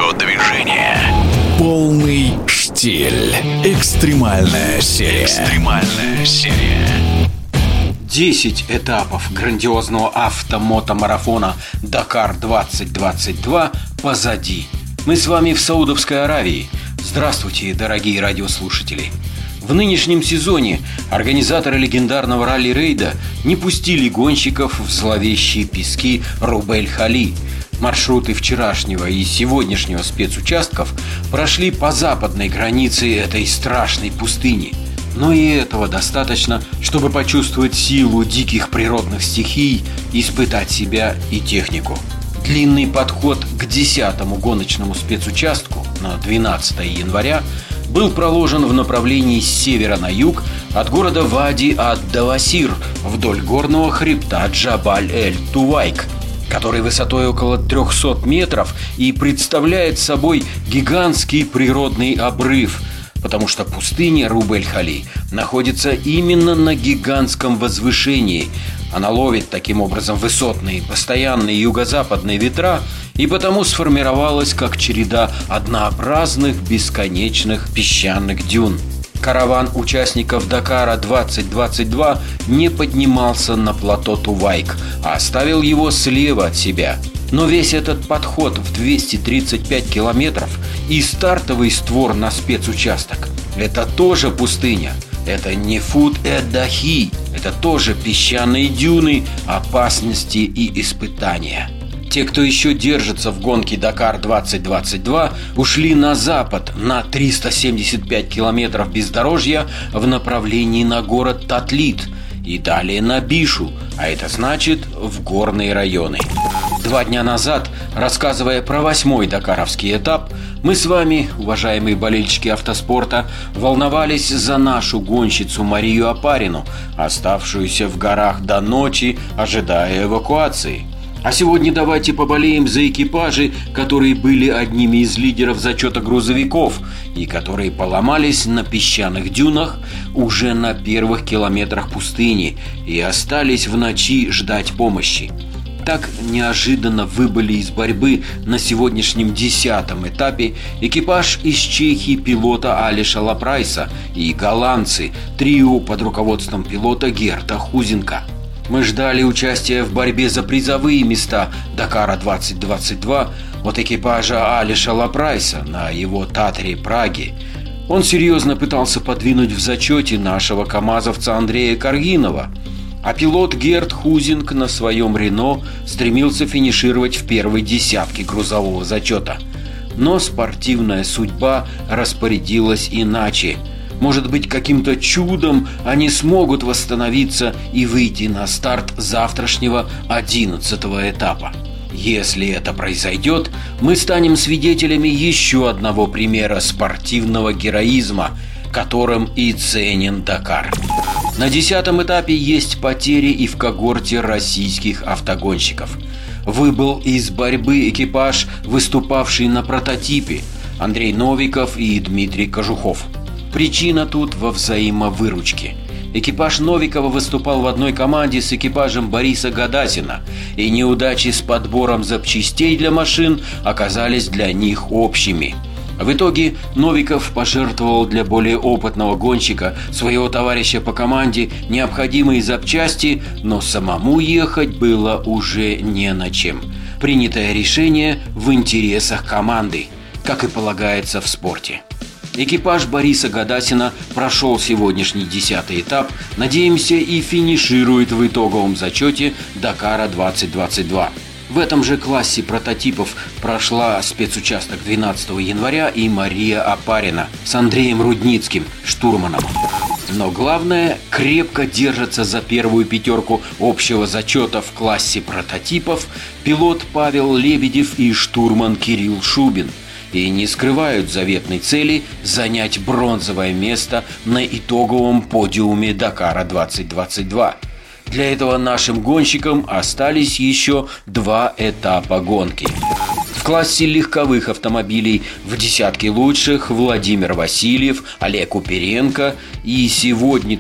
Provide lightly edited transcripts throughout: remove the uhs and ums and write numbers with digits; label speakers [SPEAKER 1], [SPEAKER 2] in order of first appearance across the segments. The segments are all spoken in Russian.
[SPEAKER 1] Код движения.
[SPEAKER 2] Полный штиль. Экстремальная серия.
[SPEAKER 3] 10 этапов грандиозного автомотомарафона «Дакар-2022» позади. Мы с вами в Саудовской Аравии. Здравствуйте, дорогие радиослушатели. В нынешнем сезоне организаторы легендарного ралли-рейда не пустили гонщиков в зловещие пески Руб-эль-Хали. Маршруты вчерашнего и сегодняшнего спецучастков прошли по западной границе этой страшной пустыни. Но и этого достаточно, чтобы почувствовать силу диких природных стихий, испытать себя и технику. Длинный подход к 10-му гоночному спецучастку на 12 января был проложен в направлении с севера на юг от города Вади-ад-Давасир вдоль горного хребта Джабаль-эль-Тувайк, который высотой около 300 метров и представляет собой гигантский природный обрыв, потому что пустыня Руб-эль-Хали находится именно на гигантском возвышении. Она ловит таким образом высотные, постоянные юго-западные ветра и потому сформировалась как череда однообразных, бесконечных песчаных дюн. Караван участников Дакара 2022 не поднимался на плато Тувайк, а оставил его слева от себя. Но весь этот подход в 235 километров и стартовый створ на спецучасток – это тоже пустыня. Это не Фуд-эд-Дахи, это тоже песчаные дюны, опасности и испытания. Те, кто еще держится в гонке Дакар-2022, ушли на запад на 375 километров бездорожья в направлении на город Татлит и далее на Бишу, а это значит в горные районы. 2 дня назад, рассказывая про 8-й дакаровский этап, мы с вами, уважаемые болельщики автоспорта, волновались за нашу гонщицу Марию Опарину, оставшуюся в горах до ночи, ожидая эвакуации. А сегодня давайте поболеем за экипажи, которые были одними из лидеров зачета грузовиков и которые поломались на песчаных дюнах уже на первых километрах пустыни и остались в ночи ждать помощи. Так неожиданно выбыли из борьбы на сегодняшнем 10-м этапе экипаж из Чехии пилота Алиша Лапрайса и голландцы, трио под руководством пилота Герта Хузенка. Мы ждали участия в борьбе за призовые места Дакара 2022 от экипажа Алиша Лапрайса на его Татре Праге. Он серьезно пытался подвинуть в зачете нашего камазовца Андрея Каргинова, а пилот Герт Хузинг на своем Рено стремился финишировать в первой десятке грузового зачета. Но спортивная судьба распорядилась иначе. Может быть, каким-то чудом они смогут восстановиться и выйти на старт завтрашнего 11-го этапа. Если это произойдет, мы станем свидетелями еще одного примера спортивного героизма, которым и ценен Дакар. На 10-м этапе есть потери и в когорте российских автогонщиков. Выбыл из борьбы экипаж, выступавший на прототипе, Андрей Новиков и Дмитрий Кожухов. Причина тут во взаимовыручке. Экипаж Новикова выступал в одной команде с экипажем Бориса Гадасина, и неудачи с подбором запчастей для машин оказались для них общими. В итоге Новиков пожертвовал для более опытного гонщика, своего товарища по команде, необходимые запчасти, но самому ехать было уже не на чем. Принятое решение в интересах команды, как и полагается в спорте. Экипаж Бориса Гадасина прошел сегодняшний 10-й этап, надеемся, и финиширует в итоговом зачете Дакара 2022. В этом же классе прототипов прошла спецучасток 12 января и Мария Опарина с Андреем Рудницким, штурманом. Но главное, крепко держатся за первую пятерку общего зачета в классе прототипов пилот Павел Лебедев и штурман Кирилл Шубин. И не скрывают заветной цели занять бронзовое место на итоговом подиуме Дакара 2022. Для этого нашим гонщикам остались еще 2 этапа гонки. В классе легковых автомобилей в десятке лучших Владимир Васильев, Олег Уперенко и сегодня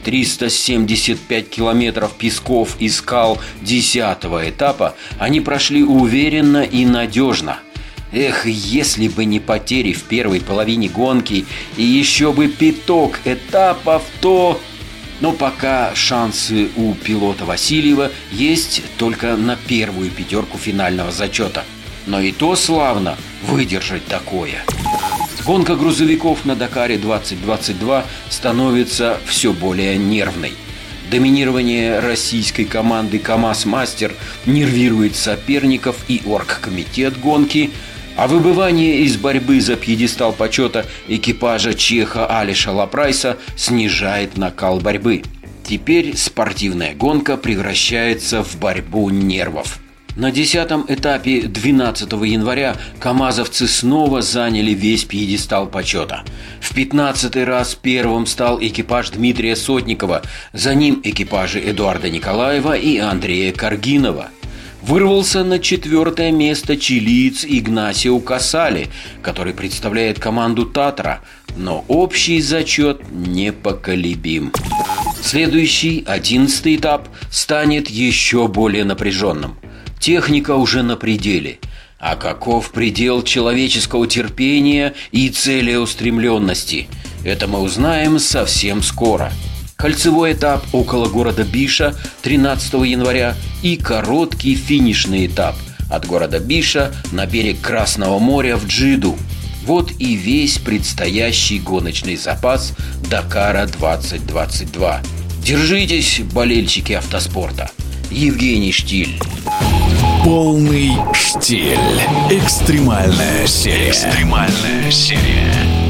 [SPEAKER 3] 375 километров песков и скал 10-го этапа они прошли уверенно и надежно. Эх, если бы не потери в первой половине гонки и еще бы пяток этапов, то... Но пока шансы у пилота Васильева есть только на первую пятерку финального зачета. Но и то славно выдержать такое. Гонка грузовиков на Дакаре 2022 становится все более нервной. Доминирование российской команды КамАЗ-Мастер нервирует соперников и оргкомитет гонки, а выбывание из борьбы за пьедестал почета экипажа чеха Алиша Лапрайса снижает накал борьбы. Теперь спортивная гонка превращается в борьбу нервов. На 10-м этапе 12 января камазовцы снова заняли весь пьедестал почета. В 15-й раз первым стал экипаж Дмитрия Сотникова, за ним экипажи Эдуарда Николаева и Андрея Каргинова. Вырвался на 4-е место чилиец Игнасио Касали, который представляет команду Татра, но общий зачет непоколебим. Следующий, 11-й этап, станет еще более напряженным. Техника уже на пределе. А каков предел человеческого терпения и целеустремленности? Это мы узнаем совсем скоро. Кольцевой этап около города Биша 13 января и короткий финишный этап от города Биша на берег Красного моря в Джиду. Вот и весь предстоящий гоночный запас Дакара 2022. Держитесь, болельщики автоспорта. Евгений Штиль.
[SPEAKER 2] Полный штиль. Экстремальная серия.